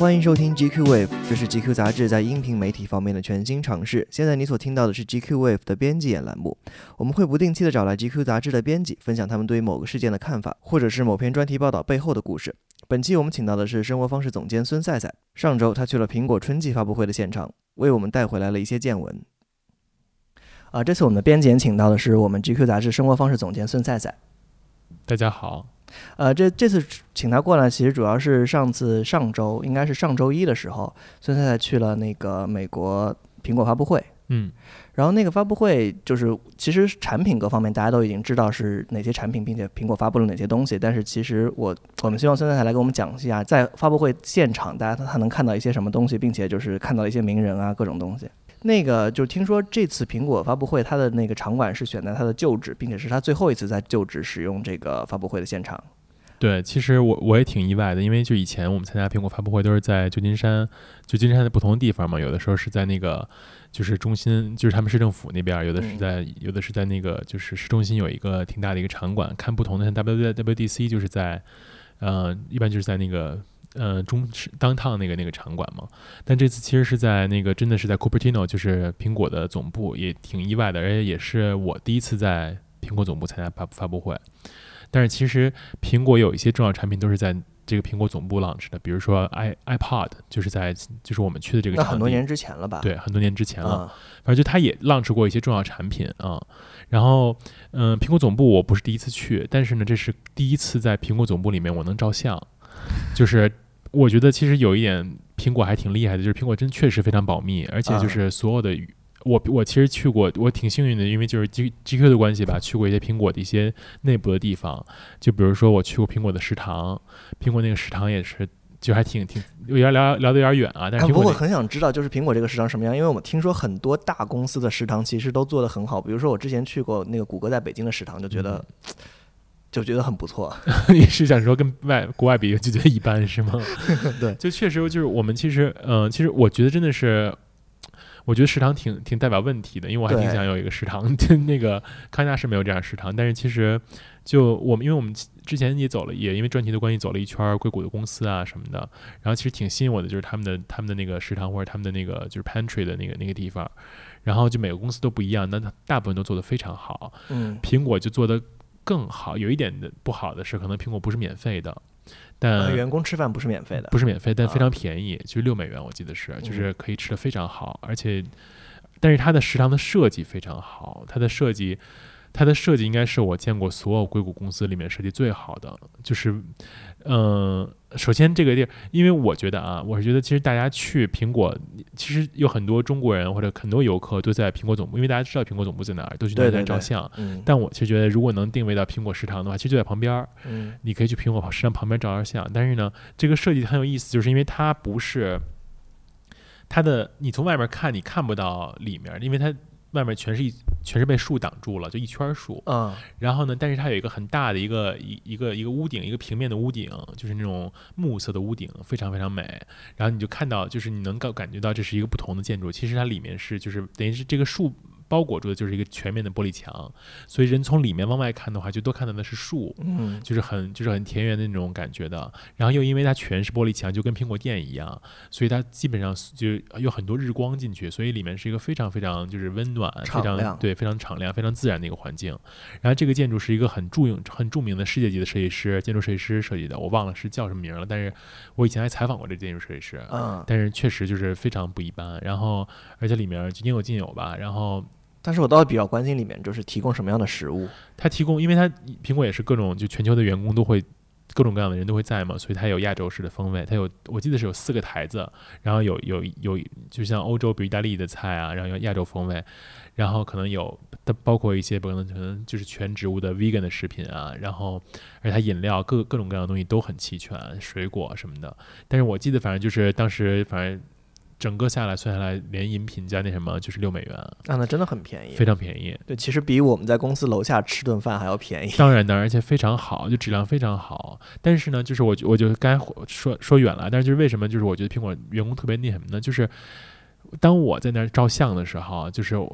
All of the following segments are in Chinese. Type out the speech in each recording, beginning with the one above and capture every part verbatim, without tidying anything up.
欢迎收听 G Q Wave， 这是 G Q 杂志在音频媒体方面的全新尝试。现在你所听到的是 G Q Wave 的编辑眼栏目，我们会不定期的找来 G Q 杂志的编辑，分享他们对于某个事件的看法，或者是某篇专题报道背后的故事。本期我们请到的是生活方式总监孙赛赛，上周他去了苹果春季发布会的现场，为我们带回来了一些见闻。啊，这次我们的编辑眼请到的是我们 G Q 杂志生活方式总监孙赛赛。 大家好。 呃，这这次请他过来，其实主要是上次上周，应该是上周一的时候，孙赛赛去了那个美国苹果发布会。 嗯， 然后那个发布会就是其实产品各方面大家都已经知道是哪些产品，并且苹果发布了哪些东西，但是其实我我们希望孙赛赛来给我们讲一下，在发布会现场大家他能看到一些什么东西，并且就是看到一些名人啊各种东西。那个就听说这次苹果发布会它的那个场馆是选在它的旧址，并且是它最后一次在旧址使用这个发布会的现场。 对，其实我我也挺意外的，因为就以前我们参加苹果发布会都是在旧金山，旧金山的不同的地方嘛，有的时候是在那个就是中心，就是他们市政府那边，有的是在、嗯、有的是在那个就是市中心有一个挺大的一个场馆，看不同的，像 W W D C 就是在呃一般就是在那个呃中 downtown 那个那个场馆嘛，但这次其实是在那个真的是在 Cupertino， 就是苹果的总部，也挺意外的，而且也是我第一次在苹果总部参加发发布会。但是其实苹果有一些重要产品都是在这个苹果总部 launch 的，比如说 i iPod 就是在就是我们去的这个场地， 那很多年之前了吧？ 对，很多年之前了。 嗯、 反正就它也 launch 过一些重要产品啊。然后嗯、呃，苹果总部我不是第一次去，但是呢，这是第一次在苹果总部里面我能照相，就是我觉得其实有一点苹果还挺厉害的，就是苹果真确实非常保密，而且就是所有的。嗯我我其实去过，我挺幸运的，因为就是 G Q 的关系吧，去过一些苹果的一些内部的地方，就比如说我去过苹果的食堂，苹果那个食堂也是，就还挺挺有点聊聊得有点远啊。但是苹果、 啊、不过很想知道，就是苹果这个食堂什么样，因为我们听说很多大公司的食堂其实都做得很好，比如说我之前去过那个谷歌在北京的食堂，就觉得、嗯、就觉得很不错。 你是想说跟外国外比就觉得一般是吗？ 对， 就确实就是我们其实嗯、呃，其实我觉得真的是。我觉得食堂挺挺代表问题的，因为我还挺想有一个食堂。那个康佳是没有这样食堂，但是其实就我们，因为我们之前也走了，也因为专题的关系走了一圈硅谷的公司啊什么的，然后其实挺吸引我的，就是他们的他们的那个食堂或者他们的那个就是 pantry 的那个那个地方，然后就每个公司都不一样，但大部分都做得非常好。 嗯， 苹果就做得更好，有一点的不好的是，可能苹果不是免费的。但、 呃、员工吃饭不是免费的， 不是免费，但非常便宜，啊、就是六美元，我记得是，就是嗯、 可以吃得非常好，而且，但是它的食堂的设计非常好，它的设计，它的设计应该是我见过所有硅谷公司里面设计最好的，就是，嗯、呃，首先这个地儿，因为我觉得啊，我是觉得其实大家去苹果，其实有很多中国人或者很多游客都在苹果总部，因为大家知道苹果总部在哪儿，都去那边照相。 对对对嗯、 但我其实觉得，如果能定位到苹果食堂的话，其实就在旁边， 嗯， 你可以去苹果食堂旁边照照相。但是呢，这个设计很有意思，就是因为它不是它的，你从外面看你看不到里面，因为它外面全是一全是被树挡住了，就一圈树。 嗯， 然后呢，但是它有一个很大的一个一一个一个屋顶，一个平面的屋顶，就是那种木色的屋顶，非常非常美。然后你就看到，就是你能够感觉到这是一个不同的建筑，其实它里面是就是等于是这个树包裹住的就是一个全面的玻璃墙，所以人从里面往外看的话，就都看到的是树， 嗯， 就是很就是很田园的那种感觉的。然后又因为它全是玻璃墙，就跟苹果店一样，所以它基本上就有很多日光进去，所以里面是一个非常非常就是温暖、非常对非常敞亮、非常自然的一个环境。然后这个建筑是一个很著名、很著名的世界级的设计师、建筑设计师设计的，我忘了是叫什么名了，但是我以前还采访过这建筑设计师， 嗯， 但是确实就是非常不一般。然后而且里面应有尽有吧，然后。 但是我倒比较关心里面就是提供什么样的食物。 它提供，因为它苹果也是各种就全球的员工都会各种各样的人都会在嘛，所以它有亚洲式的风味，它有我记得是有四个台子，然后有有有就像欧洲比如意大利的菜啊，然后有亚洲风味，然后可能有它包括一些可能可能就是全植物的 vegan 的食品啊，然后而且它饮料各各种各样的东西都很齐全，水果什么的。但是我记得反正就是当时反正。整个下来算下来，连饮品加那什么就是六美元啊， 那真的很便宜， 非常便宜。 对，其实比我们在公司楼下吃顿饭还要便宜。 当然当然，而且非常好，就质量非常好。但是呢，就是我我就刚才说说远了，但是就是为什么就是我觉得苹果员工特别那什么呢？就是当我在那儿照相的时候，就是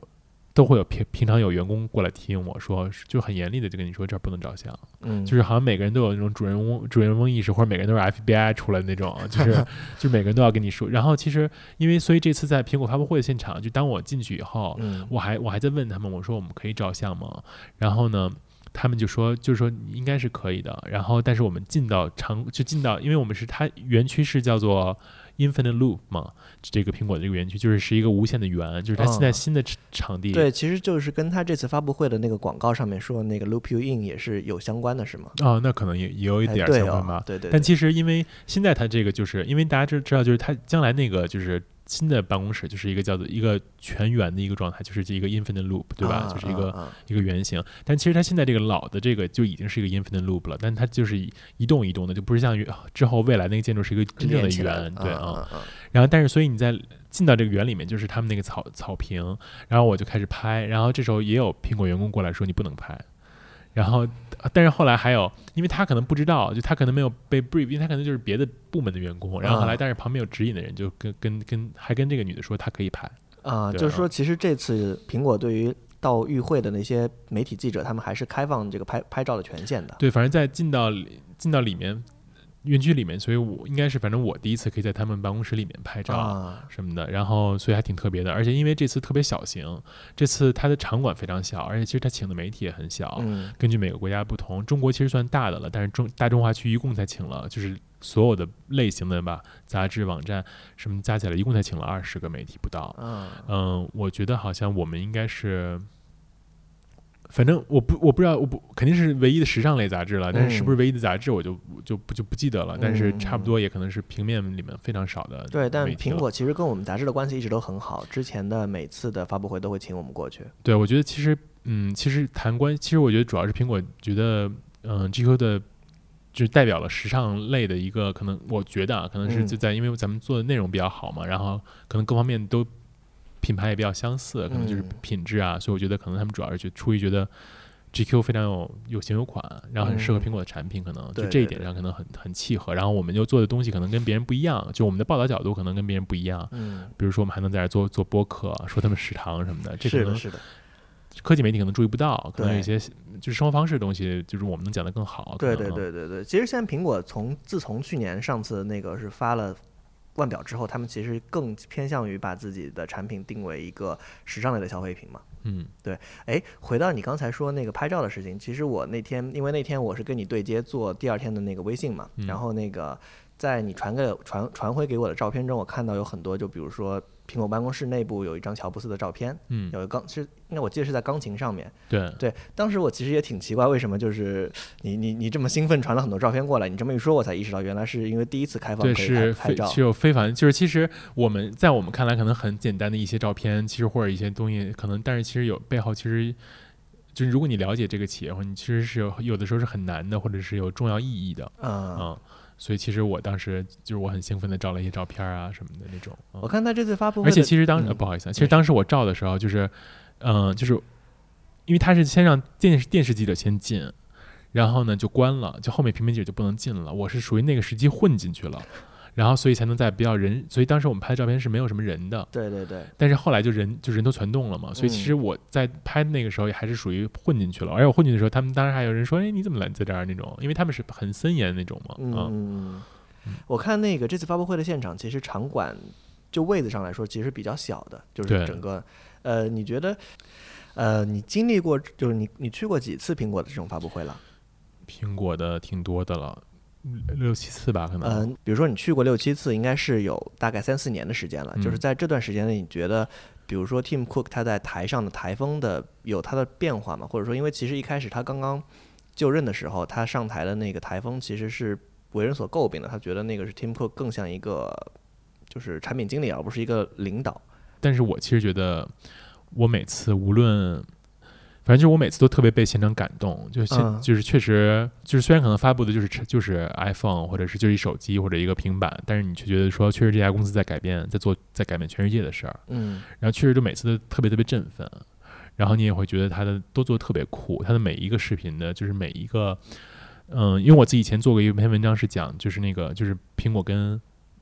都会有平平常有员工过来提醒我说，就很严厉的就跟你说这儿不能照相， 嗯， 就是好像每个人都有那种主人翁主人翁意识，或者每个人都是 F B I 出来的那种，就是就每个人都要跟你说。然后其实因为所以这次在苹果发布会的现场，就当我进去以后， 嗯、 我还我还在问他们，我说我们可以照相吗？然后呢？他们就说，就是说应该是可以的。然后，但是我们进到场，就进到，因为我们是它园区是叫做 Infinite Loop 嘛，这个苹果的这个园区就是是一个无限的圆，就是它现在新的场地。 嗯、对，其实就是跟它这次发布会的那个广告上面说那个 Loop You In 也是有相关的，是吗？ 哦，那可能也也有一点相关吧。 哎、对, 哦、对, 对, 对。 但其实因为现在它这个就是因为大家知知道，就是它将来那个就是新的办公室就是一个叫做一个全圆的一个状态，就是一个 infinite loop， 对吧？ 啊、 就是一个、 啊啊、 一个圆形。但其实它现在这个老的这个就已经是一个 infinite loop 了，但它就是一动一动的，就不是像之后未来那个建筑是一个真正的圆，对啊。 啊啊然后，但是所以你在进到这个园里面，就是他们那个草草坪，然后我就开始拍，然后这时候也有苹果员工过来说你不能拍。然后，但是后来还有，因为他可能不知道，就他可能没有被 brief， 因为他可能就是别的部门的员工。然后后来，但是旁边有指引的人就跟跟跟还跟这个女的说，她可以拍啊，就是说，其实这次苹果对于到与会的那些媒体记者，他们还是开放这个拍拍照的权限的。 对，反正在进到进到里面。园区里面，所以我应该是反正我第一次可以在他们办公室里面拍照什么的，啊、然后所以还挺特别的，而且因为这次特别小型，这次它的场馆非常小，而且其实它请的媒体也很小， 嗯、 根据每个国家不同，中国其实算大的了，但是中大中华区一共才请了，就是所有的类型的吧，杂志、网站什么加起来，一共才请了二十个媒体不到，嗯、呃，我觉得好像我们应该是。反正我不我不知道，我不肯定是唯一的时尚类杂志了，但是是不是唯一的杂志，我就就不就不记得了。但是差不多也可能是平面里面非常少的。 对，但苹果其实跟我们杂志的关系一直都很好，之前的每次的发布会都会请我们过去。 对，我觉得其实嗯，其实谈关，其实我觉得主要是苹果觉得嗯 G Q 的，就是代表了时尚类的一个可能，我觉得啊，可能是就在因为咱们做的内容比较好嘛，然后可能各方面都。品牌也比较相似，可能就是品质啊，嗯、所以我觉得可能他们主要是出于觉得 G Q 非常有有型有款，然后很适合苹果的产品，可能、嗯、就这一点上可能很很契合。然后我们又做的东西可能跟别人不一样，就我们的报道角度可能跟别人不一样。嗯，比如说我们还能在这做做播客，说他们食堂什么的，这可能是的， 科技媒体可能注意不到，可能有一些就是生活方式的东西，就是我们能讲得更好。 对对对对对，其实现在苹果从自从去年上次那个是发了。腕表之后，他们其实更偏向于把自己的产品定为一个时尚类的消费品嘛。 嗯， 对。哎，回到你刚才说那个拍照的事情，其实我那天因为那天我是跟你对接做第二天的那个微信嘛， 嗯、 然后那个在你传给传传回给我的照片中，我看到有很多，就比如说苹果办公室内部有一张乔布斯的照片， 嗯， 有一钢是应该我记得是在钢琴上面。 对对，当时我其实也挺奇怪，为什么就是你你你这么兴奋传了很多照片过来，你这么一说，我才意识到原来是因为第一次开放可以拍拍照， 是有非凡，就是其实我们在我们看来可能很简单的一些照片，其实或者一些东西可能，但是其实有背后其实。就是如果你了解这个企业，或者你其实是有有的时候是很难的，或者是有重要意义的， 嗯嗯，所以其实我当时就是我很兴奋的照了一些照片啊什么的那种。嗯、 我看他这次发布会， 而且其实当时、 嗯呃、不好意思，其实当时我照的时候就是，嗯、呃，就是因为他是先让电视电视记者先进，然后呢就关了，就后面平面记者就不能进了。我是属于那个时机混进去了。然后，所以才能在比较人，所以当时我们拍的照片是没有什么人的。 对对对。 但是后来就人就人都全动了嘛，所以其实我在拍那个时候也还是属于混进去了。而且我混进去的时候，他们当时还有人说：“哎，你怎么来在这儿？”那种，因为他们是很森严那种嘛。 嗯，嗯我看那个这次发布会的现场，其实场馆就位子上来说，其实比较小的，就是整个。呃，你觉得，呃，你经历过，就是你你去过几次苹果的这种发布会了？ 苹果的挺多的了。六七次吧，可能。 嗯、呃，比如说你去过六七次，应该是有大概三四年的时间了。嗯、就是在这段时间内，你觉得，比如说 Tim Cook 他在台上的台风的有他的变化吗？或者说，因为其实一开始他刚刚就任的时候，他上台的那个台风其实是为人所诟病的。他觉得那个是 Tim Cook 更像一个就是产品经理，而不是一个领导。 但是我其实觉得，我每次无论。反正就是我每次都特别被现场感动，就现、嗯、就是确实就是虽然可能发布的就是就是 iPhone 或者是就是一手机或者一个平板，但是你却觉得说确实这家公司在改变，在做在改变全世界的事儿， 嗯， 然后确实就每次都特别特别振奋，然后你也会觉得他的都做得特别酷，他的每一个视频的就是每一个，嗯，因为我自己以前做过一篇文章是讲就是那个就是苹果跟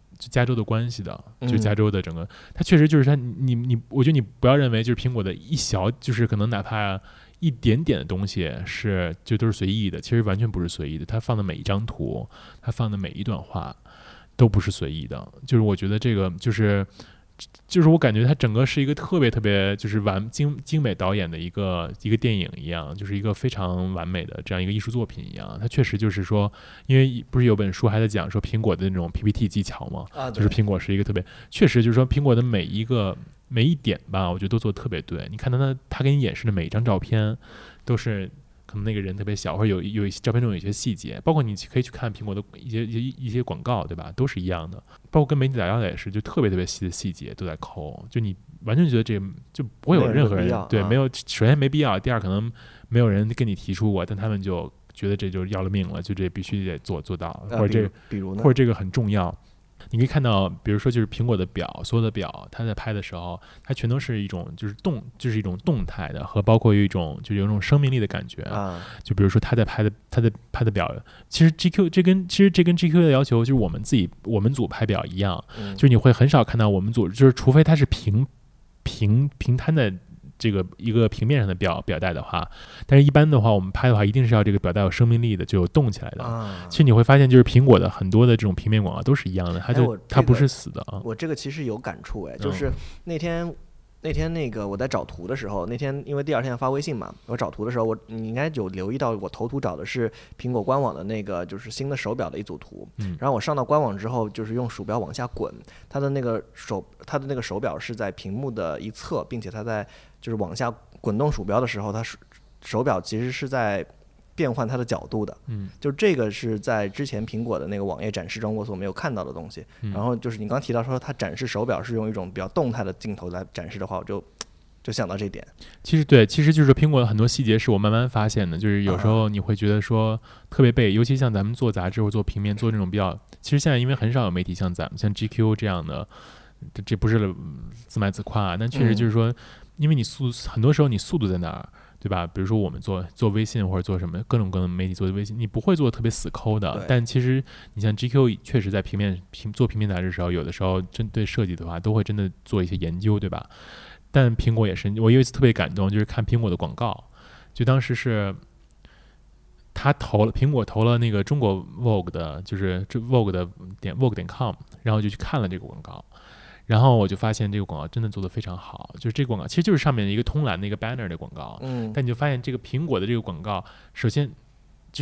就加州的关系的，就加州的整个，它确实就是它，你你，我觉得你不要认为就是苹果的一小，就是可能哪怕一点点的东西是就都是随意的，其实完全不是随意的。它放的每一张图，它放的每一段话，都不是随意的。就是我觉得这个就是。就是我感觉它整个是一个特别特别就是完精精美导演的一个一个电影一样，就是一个非常完美的这样一个艺术作品一样。它确实就是说，因为不是有本书还在讲说苹果的那种 P P T 技巧吗？啊，就是苹果是一个特别，确实就是说苹果的每一个每一点吧，我觉得都做得特别对。你看它它它给你演示的每一张照片，都是。可能那个人特别小，或者有有一些照片中有一些细节，包括你可以去看苹果的一些一些一些广告，对吧？都是一样的。包括跟媒体打交道也是，就特别特别细的细节都在抠，就你完全觉得这就不会有任何人对没有，首先没必要，第二可能没有人跟你提出过，但他们就觉得这就要了命了，就这必须得做做到，或者这比如呢， 或者这个很重要。你可以看到，比如说就是苹果的表，所有的表，它在拍的时候，它全都是一种就是动，就是一种动态的，和包括有一种就有一种生命力的感觉啊。就比如说他在拍的，他在拍的表，其实 G Q 这跟其实这跟 G Q 的要求就是我们自己我们组拍表一样，嗯、就是你会很少看到我们组，就是除非它是平平平摊的。这个一个平面上的表表带的话，但是一般的话，我们拍的话，一定是要这个表带有生命力的，就有动起来的。啊、其实你会发现，就是苹果的很多的这种平面广告都是一样的，它就、哎这个、它不是死的啊。 我这个其实有感触哎，就是那天、嗯、那天那个我在找图的时候，那天因为第二天要发微信嘛，我找图的时候，我你应该有留意到，我头图找的是苹果官网的那个就是新的手表的一组图，嗯、然后我上到官网之后，就是用鼠标往下滚，它的那个手它的那个手表是在屏幕的一侧，并且它在就是往下滚动鼠标的时候，它手表其实是在变换它的角度的，嗯，就这个是在之前苹果的那个网页展示中我所没有看到的东西。嗯、然后就是你刚提到说它展示手表是用一种比较动态的镜头来展示的话，我就就想到这点。 其实对，其实就是苹果的很多细节是我慢慢发现的，就是有时候你会觉得说特别背，尤其像咱们做杂志或做平面做这种比较，其实现在因为很少有媒体像咱们像 G Q 这样的，这这不是自卖自夸，但确实就是说。嗯因为你速很多时候你速度在哪儿，对吧？比如说我们做做微信或者做什么各种各种媒体做的微信，你不会做特别死抠的。但其实你像 G Q 确实在平面平做平面杂志的时候，有的时候针对设计的话，都会真的做一些研究，对吧？但苹果也是，我有一次特别感动，就是看苹果的广告，就当时是他投了苹果投了那个中国 Vogue 的，就是这 Vogue 的点 Vogue 点 com， 然后就去看了这个广告。然后我就发现这个广告真的做得非常好，就是这个广告其实就是上面的一个通栏的一个 banner 的广告，嗯，但你就发现这个苹果的这个广告，首先就是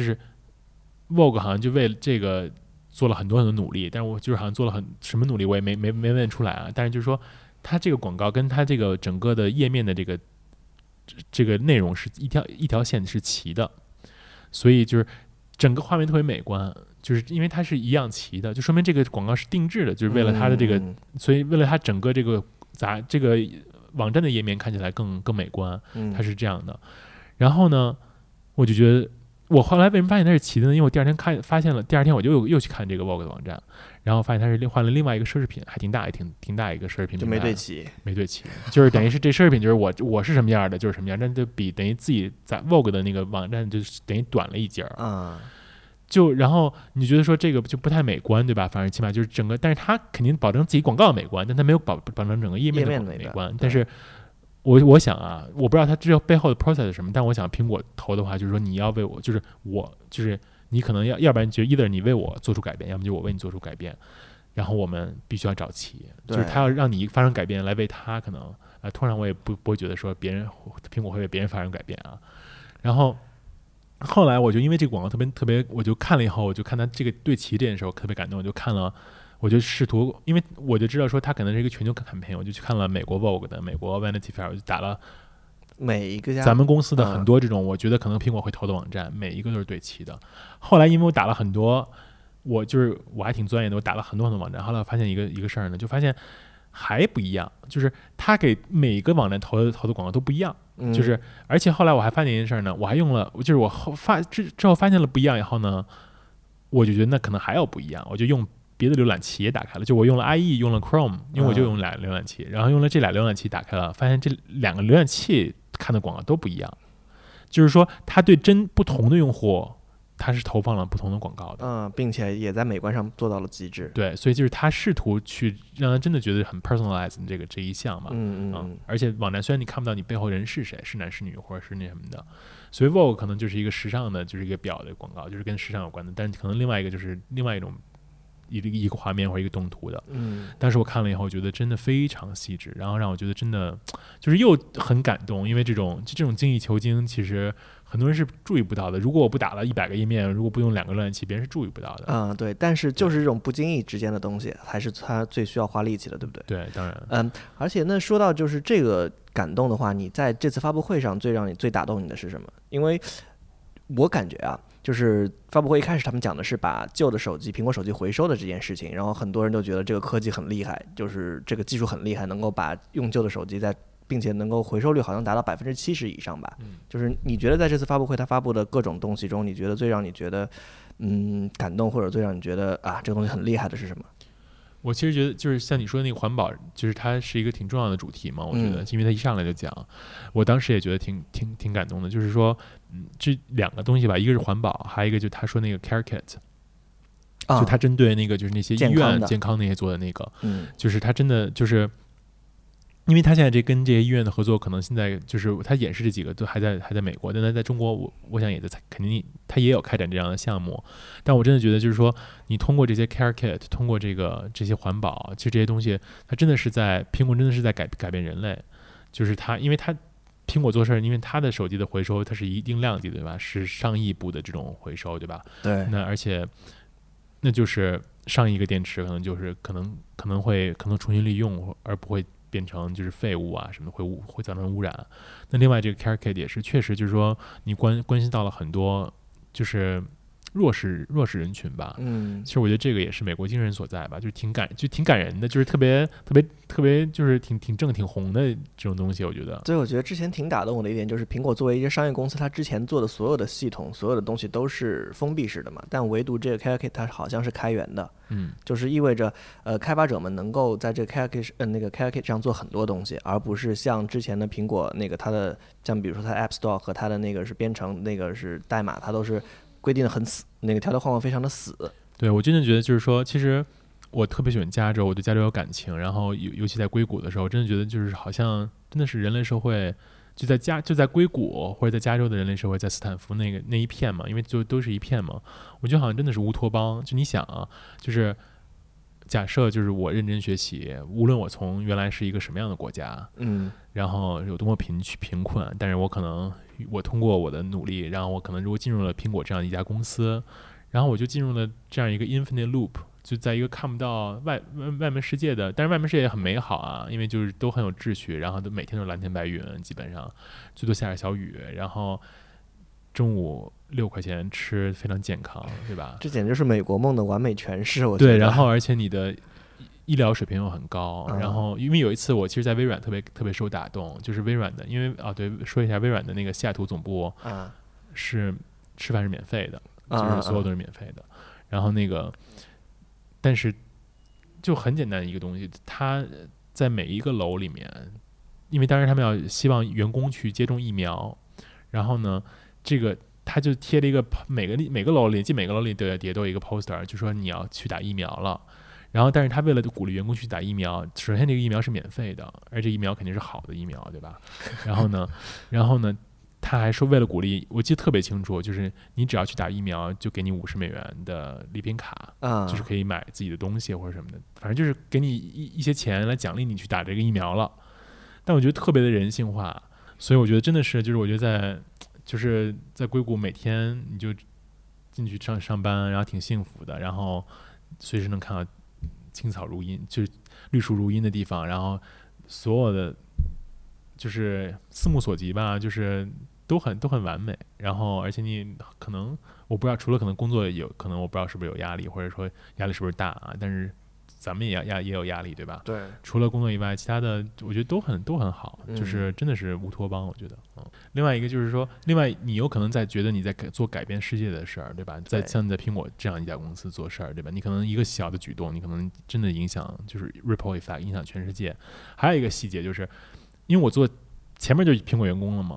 Vogue 好像就为这个做了很多很多努力，但是我就是好像做了很什么努力我也没没没问出来啊，但是就是说它这个广告跟它这个整个的页面的这个这个内容是一条一条线是齐的，所以就是整个画面特别美观。就是因为它是一样齐的，就说明这个广告是定制的，就是为了它的这个，嗯、所以为了它整个这个杂这个网站的页面看起来更更美观，它是这样的。然后呢，我就觉得我后来为什么发现它是齐的呢？因为我第二天看发现了，第二天我就又又去看这个 Vogue 的网站，然后发现它是换了另外一个奢侈品，还挺大，也挺挺大一个奢侈品， 就没对齐， 没对齐，就是等于是这奢侈品就是我我是什么样的就是什么样，但就比等于自己在 Vogue 的那个网站就是等于短了一截儿啊。就然后你觉得说这个就不太美观，对吧？反正起码就是整个，但是它肯定保证自己广告的美观，但它没有保保证整个页面的美观。但是我我想啊，我不知道它这背后的 process 是什么，但我想苹果投的话，就是说你要为我，就是我，就是你可能要，要不然就 either 你为我做出改变，要么就我为你做出改变，然后我们必须要找齐，就是他要让你发生改变来为他可能啊、呃，通常我也不不会觉得说别人苹果会为别人发生改变啊，然后。后来我就因为这个广告特别特别，我就看了以后，我就看他这个对齐这件事，我特别感动，我就看了，我就试图，因为我就知道说他可能是一个全球campaign，我就去看了美国 Vogue 的、美国 Vanity Fair， 我就打了每一个家咱们公司的很多这种，我觉得可能苹果会投的网站，每一个都是对齐的。后来因为我打了很多，我就是我还挺钻研的，我打了很多很多网站，后来我发现一个一个事儿呢，就发现还不一样，就是他给每个网站投的投的广告都不一样。就是，而且后来我还发现一件事呢，我还用了，就是我后发之之后发现了不一样以后呢，我就觉得那可能还要不一样，我就用别的浏览器也打开了，就我用了 I E， 用了 Chrome， 因为我就用俩浏览器，然后用了这俩浏览器打开了，发现这两个浏览器看的广告都不一样，就是说它对真不同的用户它是投放了不同的广告的， 嗯，并且也在美观上做到了极致。 对，所以就是他试图去让他真的觉得很 personalized 这个这一项嘛， 嗯嗯嗯、 啊，而且网站虽然你看不到你背后人是谁，是男是女或者是那什么的，所以 Vogue 可能就是一个时尚的，就是一个表的广告，就是跟时尚有关的，但是可能另外一个就是另外一种一个一个画面或者一个动图的， 嗯， 但是我看了以后觉得真的非常细致，然后让我觉得真的就是又很感动，因为这种就这种精益求精，其实很多人是注意不到的。如果我不打了一百个页面，如果不用两个浏览器，别人是注意不到的。 啊、嗯，对，但是就是这种不经意之间的东西，还是他最需要花力气的，对不对？ 对，当然。 嗯，而且那说到就是这个感动的话，你在这次发布会上最让你最打动你的是什么？因为我感觉啊，就是发布会一开始他们讲的是把旧的手机苹果手机回收的这件事情，然后很多人都觉得这个科技很厉害，就是这个技术很厉害，能够把用旧的手机在并且能够回收率好像达到百分之七十以上吧。 嗯， 就是你觉得在这次发布会他发布的各种东西中，你觉得最让你觉得嗯感动，或者最让你觉得啊这个东西很厉害的是什么？ 我其实觉得就是像你说的那个环保，就是它是一个挺重要的主题嘛。我觉得， 嗯、 因为它一上来就讲，我当时也觉得挺挺挺感动的。就是说，嗯，这两个东西吧，一个是环保，还有一个就是他说那个 Care Kit，、啊、就他针对那个就是那些医院健 康, 健康那些做的那个， 嗯， 就是他真的就是。因为他现在这跟这些医院的合作，可能现在就是他演示这几个都还在还在美国，但他在中国我我想也在肯定他也有开展这样的项目，但我真的觉得就是说，你通过这些 Care Kit， 通过这个这些环保，其实这些东西，它真的是在苹果真的是在改改变人类，就是它，因为它苹果做事儿，因为它的手机的回收它是一定量级的，对吧？是上亿部的这种回收，对吧？ 对。 那而且那就是上一个电池可能就是可能可能会可能重新利用，而不会变成就是废物啊什么的，会污会造成污染。那另外这个 Care Kit 也是确实就是说你关关心到了很多就是弱势弱势人群吧。 嗯， 其实我觉得这个也是美国精神所在吧，就挺感就挺感人的，就是特别特别特别就是挺挺正挺红的这种东西，我觉得。 所以我觉得之前挺打动我的一点就是，苹果作为一家商业公司，它之前做的所有的系统、所有的东西都是封闭式的嘛，但唯独这个 Care Kit 它好像是开源的。 嗯， 就是意味着，呃，开发者们能够在这个 Care Kit 呃那个 Care Kit 上做很多东西，而不是像之前的苹果那个它的，像比如说它 App Store 和它的那个是编程，那个是代码，它都是规定的很死，那个条条框框非常的死。 对，我真的觉得就是说，其实我特别喜欢加州，我对加州有感情，然后尤尤其在硅谷的时候，真的觉得就是好像真的是人类社会就在加就在硅谷或者在加州的人类社会，在斯坦福那个那一片嘛，因为就都是一片嘛，我觉得好像真的是乌托邦。就你想啊，就是假设就是我认真学习，无论我从原来是一个什么样的国家， 嗯， 然后有多么贫贫困，但是我可能我通过我的努力，然后我可能如果进入了苹果这样一家公司，然后我就进入了这样一个 infinite loop， 就在一个看不到外外面世界的，但是外面世界也很美好啊，因为就是都很有秩序，然后都每天都是蓝天白云，基本上最多下点小雨，然后中午六块钱吃非常健康，对吧？ 这简直就是美国梦的完美诠释，我觉得。 对，然后而且你的医疗水平又很高， 嗯、 然后因为有一次我其实，在微软特别特别受打动，就是微软的，因为啊，对，说一下微软的那个西雅图总部啊， 是吃饭是免费的， 啊、 就是所有都是免费的，啊、然后那个，但是就很简单的一个东西，它在每一个楼里面，因为当时他们要希望员工去接种疫苗，然后呢，这个。他就贴了一个每个每个楼里，进每个楼里的底下都有一个 poster， 就说你要去打疫苗了。然后，但是他为了鼓励员工去打疫苗，首先这个疫苗是免费的，而这疫苗肯定是好的疫苗，对吧？然后呢，然后呢，他还说为了鼓励，我记得特别清楚，就是你只要去打疫苗，就给你五十美元的礼品卡， 啊， 就是可以买自己的东西或者什么的，反正就是给你一一些钱来奖励你去打这个疫苗了。但我觉得特别的人性化，所以我觉得真的是，就是我觉得在。就是在硅谷，每天你就进去上上班，然后挺幸福的，然后随时能看到青草如茵，就是绿树如茵的地方，然后所有的就是四目所及吧，就是都很都很完美。然后而且你可能我不知道，除了可能工作有可能我不知道是不是有压力，或者说压力是不是大啊，但是。咱们也压也有压力，对吧？ 对， 除了工作以外，其他的我觉得都很都很好， 嗯、 就是真的是乌托邦，我觉得。嗯。另外一个就是说，另外你有可能在觉得你在做改变世界的事儿，对吧？在像你在苹果这样一家公司做事儿，对吧？你可能一个小的举动，你可能真的影响，就是 ripple effect 影响全世界。还有一个细节就是，因为我做前面就是苹果员工了嘛，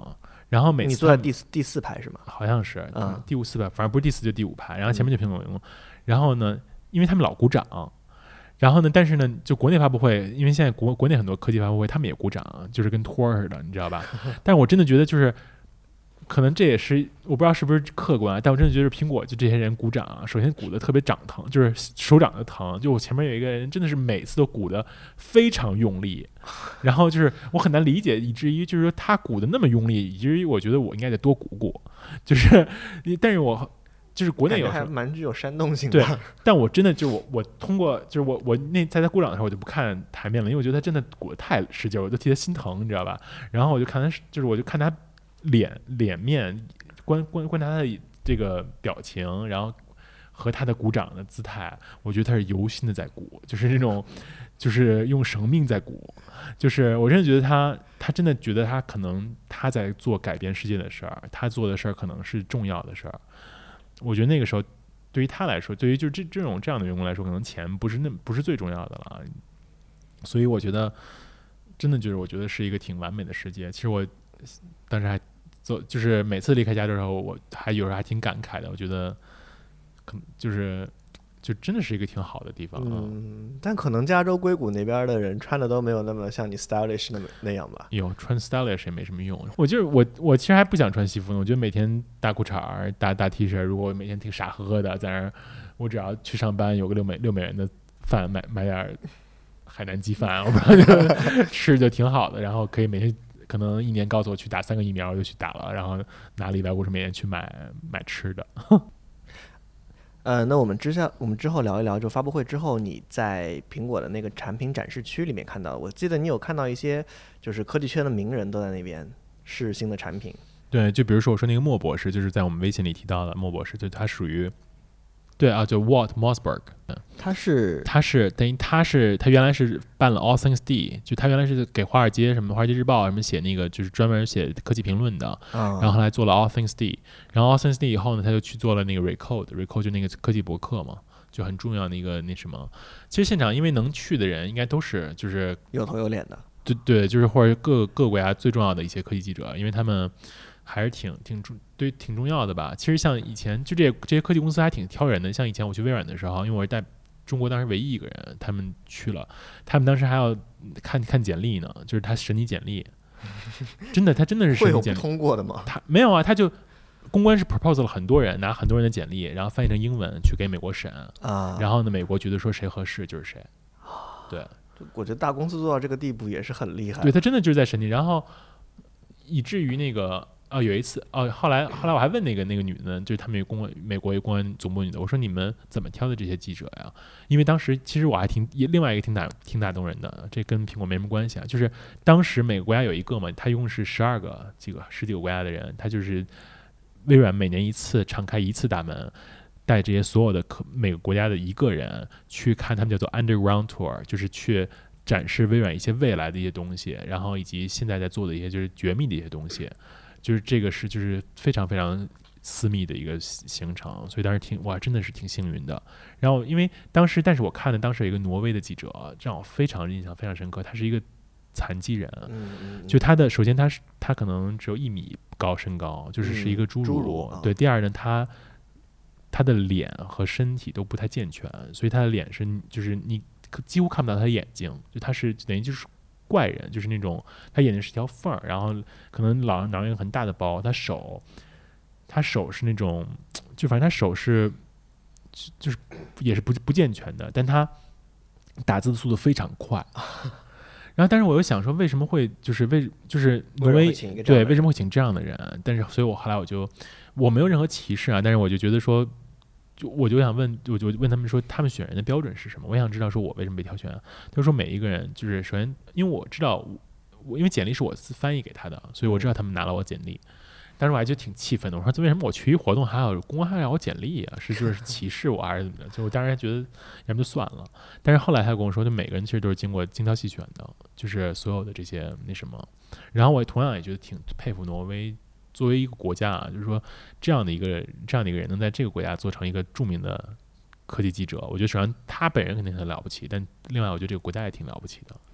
然后每次你坐在第四第四排是吗？ 好像是， 嗯， 第五四排，反正不是第四就第五排，然后前面就苹果用、嗯，然后呢，因为他们老鼓掌。然后呢？但是呢，就国内发布会，因为现在国国内很多科技发布会，他们也鼓掌，就是跟托儿似的，你知道吧？但我真的觉得，就是可能这也是我不知道是不是客观，但我真的觉得苹果就这些人鼓掌，首先鼓的特别掌疼，就是手掌的疼。就我前面有一个人，真的是每次都鼓的非常用力，然后就是我很难理解，以至于就是说他鼓的那么用力，以至于我觉得我应该得多鼓鼓，就是，但是我。就是国内有还蛮具有煽动性的， 对，但我真的就我我通过就是我我那在他鼓掌的时候我就不看台面了，因为我觉得他真的鼓得太使劲，我就替他心疼，你知道吧？然后我就看他就是我就看他脸脸面观观观察他的这个表情，然后和他的鼓掌的姿态，我觉得他是由心的在鼓，就是这种就是用生命在鼓，就是我真的觉得他他真的觉得他可能他在做改变世界的事儿，他做的事儿可能是重要的事儿。我觉得那个时候，对于他来说，对于就这这种这样的员工来说，可能钱不是那不是最重要的了。所以我觉得，真的就是我觉得是一个挺完美的世界。其实我当时还走，就是每次离开家的时候，我还有时候还挺感慨的。我觉得，可能就是就真的是一个挺好的地方。 嗯，但可能加州硅谷那边的人穿的都没有那么像你 stylish 那么那样吧。 有穿 stylish 也没什么用。我就是我我其实还不想穿西服呢。我觉得每天大裤衩大大 T 恤，如果我每天挺傻呵呵的在那儿，我只要去上班有个六美六美元的饭，买买点海南鸡饭，我不知道就吃就挺好的。然后可以每天可能一年告诉我去打三个疫苗，我就去打了，然后拿了一百五十美元去买买吃的。 呃，那我们之下，我们之后聊一聊，就发布会之后，你在苹果的那个产品展示区里面看到，我记得你有看到一些就是科技圈的名人都在那边试新的产品。 对，就比如说我说那个莫博士，就是在我们微信里提到的莫博士，就他属于。对啊，就 Walt Mossberg， 嗯， 他是他是等于他是他原来是办了 All Things D， 就他原来是给华尔街什么华尔街日报什么写那个就是专门写科技评论的， 嗯、 然后后来做了 All Things D， 然后 All Things D 以后呢，他就去做了那个 Recode，Recode 就那个科技博客嘛，就很重要的一个那什么。其实现场因为能去的人应该都是就是有头有脸的， 对对，就是或者各各国家最重要的一些科技记者，因为他们。还是挺挺重对挺重要的吧。其实像以前就这些这些科技公司还挺挑人的。像以前我去微软的时候，因为我是带中国当时唯一一个人，他们去了，他们当时还要看看简历呢，就是他审你简历，真的他真的是审你简历。 会有不通过的吗？ 他没有啊，他就公关是 propose 了很多人，拿很多人的简历，然后翻译成英文去给美国审啊， 然后呢，美国觉得说谁合适就是谁。对， 我觉得大公司做到这个地步也是很厉害。 对他真的就是在审你，然后以至于那个。哦，有一次哦，后来后来我还问那个那个女的呢，就是他们有公美国有公安总部女的，我说你们怎么挑的这些记者呀？因为当时其实我还挺另外一个挺打挺打动人的，这跟苹果没什么关系啊。就是当时每个国家有一个嘛，他一共是十二个几个十几个国家的人，他就是微软每年一次敞开一次大门，带这些所有的每个国家的一个人去看他们叫做 Underground Tour， 就是去展示微软一些未来的一些东西，然后以及现在在做的一些就是绝密的一些东西。就是这个是就是非常非常私密的一个行程，所以当时挺哇真的是挺幸运的。然后因为当时，但是我看的当时有一个挪威的记者，让我非常印象非常深刻。他是一个残疾人， 嗯、 就他的首先他是他可能只有一米高身高，就是是一个侏儒。 嗯、侏儒对，第二呢，他他的脸和身体都不太健全，所以他的脸是就是你几乎看不到他的眼睛，就他是等于就是。怪人就是那种，他眼睛是一条缝儿，然后可能老拿一个很大的包，他手，他手是那种，就反正他手是，就是也是不不健全的，但他打字的速度非常快。然后，但是我又想说，为什么会就是为就是挪威对为什么会请这样的人？但是，所以我后来我就我没有任何歧视啊，但是我就觉得说。就我就想问，我就问他们说，他们选人的标准是什么？我想知道，说我为什么被挑选？他说每一个人就是首先，因为我知道，我因为简历是我翻译给他的，所以我知道他们拿了我简历。但是我还觉得挺气愤的，我说为什么我去一活动还要公安还要我简历啊？是就是歧视我还是怎么的？就我当时还觉得要么就算了。但是后来他跟我说，就每个人其实都是经过精挑细选的，就是所有的这些那什么。然后我同样也觉得挺佩服挪威。作为一个国家啊，就是说这样的一个这样的一个人能在这个国家做成一个著名的科技记者，我觉得首先他本人肯定很了不起，但另外我觉得这个国家也挺了不起的。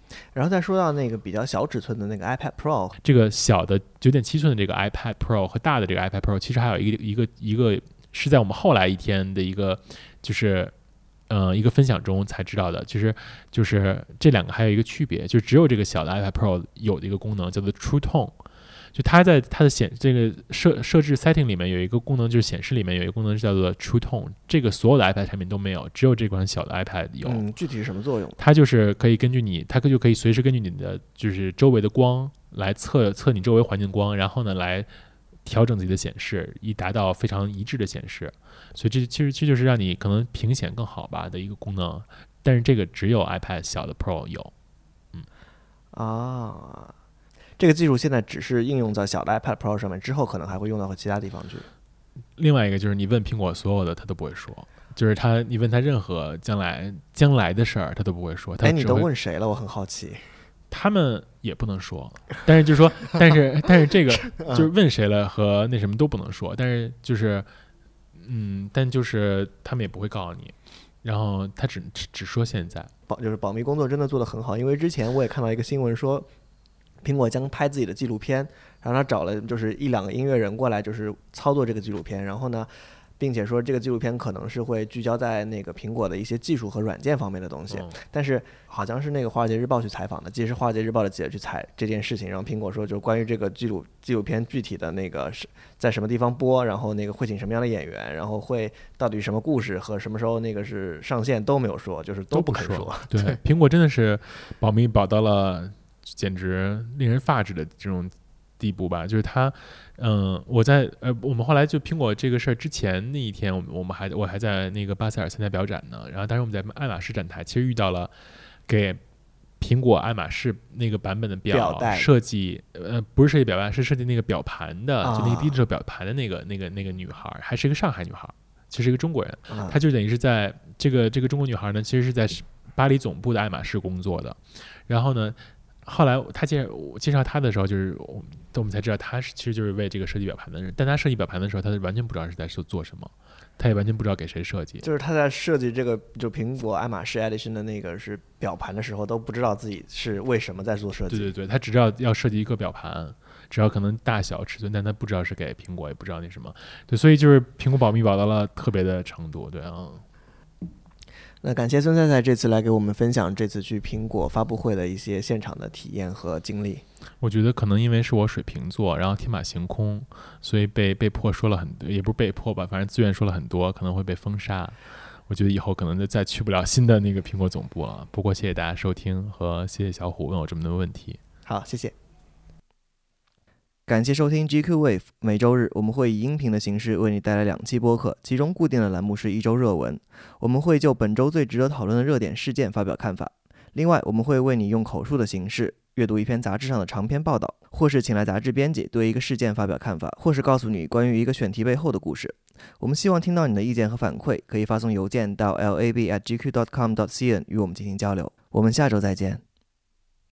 然后再说到那个比较小尺寸的那个 iPad Pro， 这个小的九点七寸的这个 iPad Pro 和大的这个 iPad Pro， 其实还有一个一个一个是在我们后来一天的一个就是呃一个分享中才知道的，其实就是这两个还有一个区别，就只有这个小的 iPad Pro 有的一个功能叫做 True Tone。就它在它的显这个设设置 setting 里面有一个功能，就是显示里面有一个功能叫做 True Tone， 这个所有的 iPad 产品都没有，只有这款小的 iPad 有。 嗯，具体是什么作用？ 它就是可以根据你，它就可以随时根据你的就是周围的光来测测你周围环境光，然后呢来调整自己的显示，以达到非常一致的显示。所以这其实这就是让你可能屏显更好吧的一个功能，但是这个只有 iPad 小的 Pro 有。嗯啊。这个技术现在只是应用在小的 iPad Pro 上面，之后可能还会用到其他地方去。 另外一个就是你问苹果所有的他都不会说，就是他你问他任何将来将来的事儿他都不会说。 哎，你都问谁了？我很好奇。 他们也不能说，但是就是说，但是但是这个就是问谁了和那什么都不能说，但是就是嗯，但就是他们也不会告诉你。然后他只只只说现在保就是保密工作真的做得很好，因为之前我也看到一个新闻说。苹果将拍自己的纪录片，然后他找了就是一两个音乐人过来，就是操作这个纪录片。然后呢，并且说这个纪录片可能是会聚焦在那个苹果的一些技术和软件方面的东西。 嗯、 但是好像是那个《华尔街日报》去采访的，既是《华尔街日报》的记者去采这件事情，然后苹果说就关于这个纪录纪录片具体的那个是在什么地方播，然后那个会请什么样的演员，然后会到底什么故事和什么时候那个是上线都没有说，就是都不肯说。 说对，苹果真的是保密保到了。简直令人发指的这种地步吧，就是他，嗯，我在呃，我们后来就苹果这个事儿之前那一天，我们我们还我还在那个巴塞尔参加表展呢，然后当时我们在爱马仕展台，其实遇到了给苹果爱马仕那个版本的表设计，呃，不是设计表带，是设计那个表盘的，啊、就那个低质表盘的那个那个那个女孩，还是一个上海女孩，其实是一个中国人，啊、她就等于是在这个这个中国女孩呢，其实是在巴黎总部的爱马仕工作的，然后呢。后来他介绍我介绍他的时候，就是我们我们才知道他是其实就是为这个设计表盘的人，但他设计表盘的时候，他完全不知道是在做什么，他也完全不知道给谁设计。 就是他在设计这个就苹果爱马仕 Edition 的那个是表盘的时候，都不知道自己是为什么在做设计。 对对对，他只知道要设计一个表盘，只要可能大小尺寸，但他不知道是给苹果，也不知道那什么。对，所以就是苹果保密保到了特别的程度。对啊。 那感谢孙菜菜这次来给我们分享这次去苹果发布会的一些现场的体验和经历。 我觉得可能因为是我水瓶座，然后天马行空，所以被被迫说了很多，也不是被迫吧，反正自愿说了很多，可能会被封杀。我觉得以后可能就再去不了新的那个苹果总部了。不过谢谢大家收听，和谢谢小虎问我这么多问题。 好，谢谢。感谢收听 G Q Wave， 每周日我们会以音频的形式为你带来两期播客，其中固定的栏目是一周热文，我们会就本周最值得讨论的热点事件发表看法。另外，我们会为你用口述的形式阅读一篇杂志上的长篇报道，或是请来杂志编辑对一个事件发表看法，或是告诉你关于一个选题背后的故事。我们希望听到你的意见和反馈，可以发送邮件到 l a b at g q dot com dot c n 与我们进行交流。我们下周再见。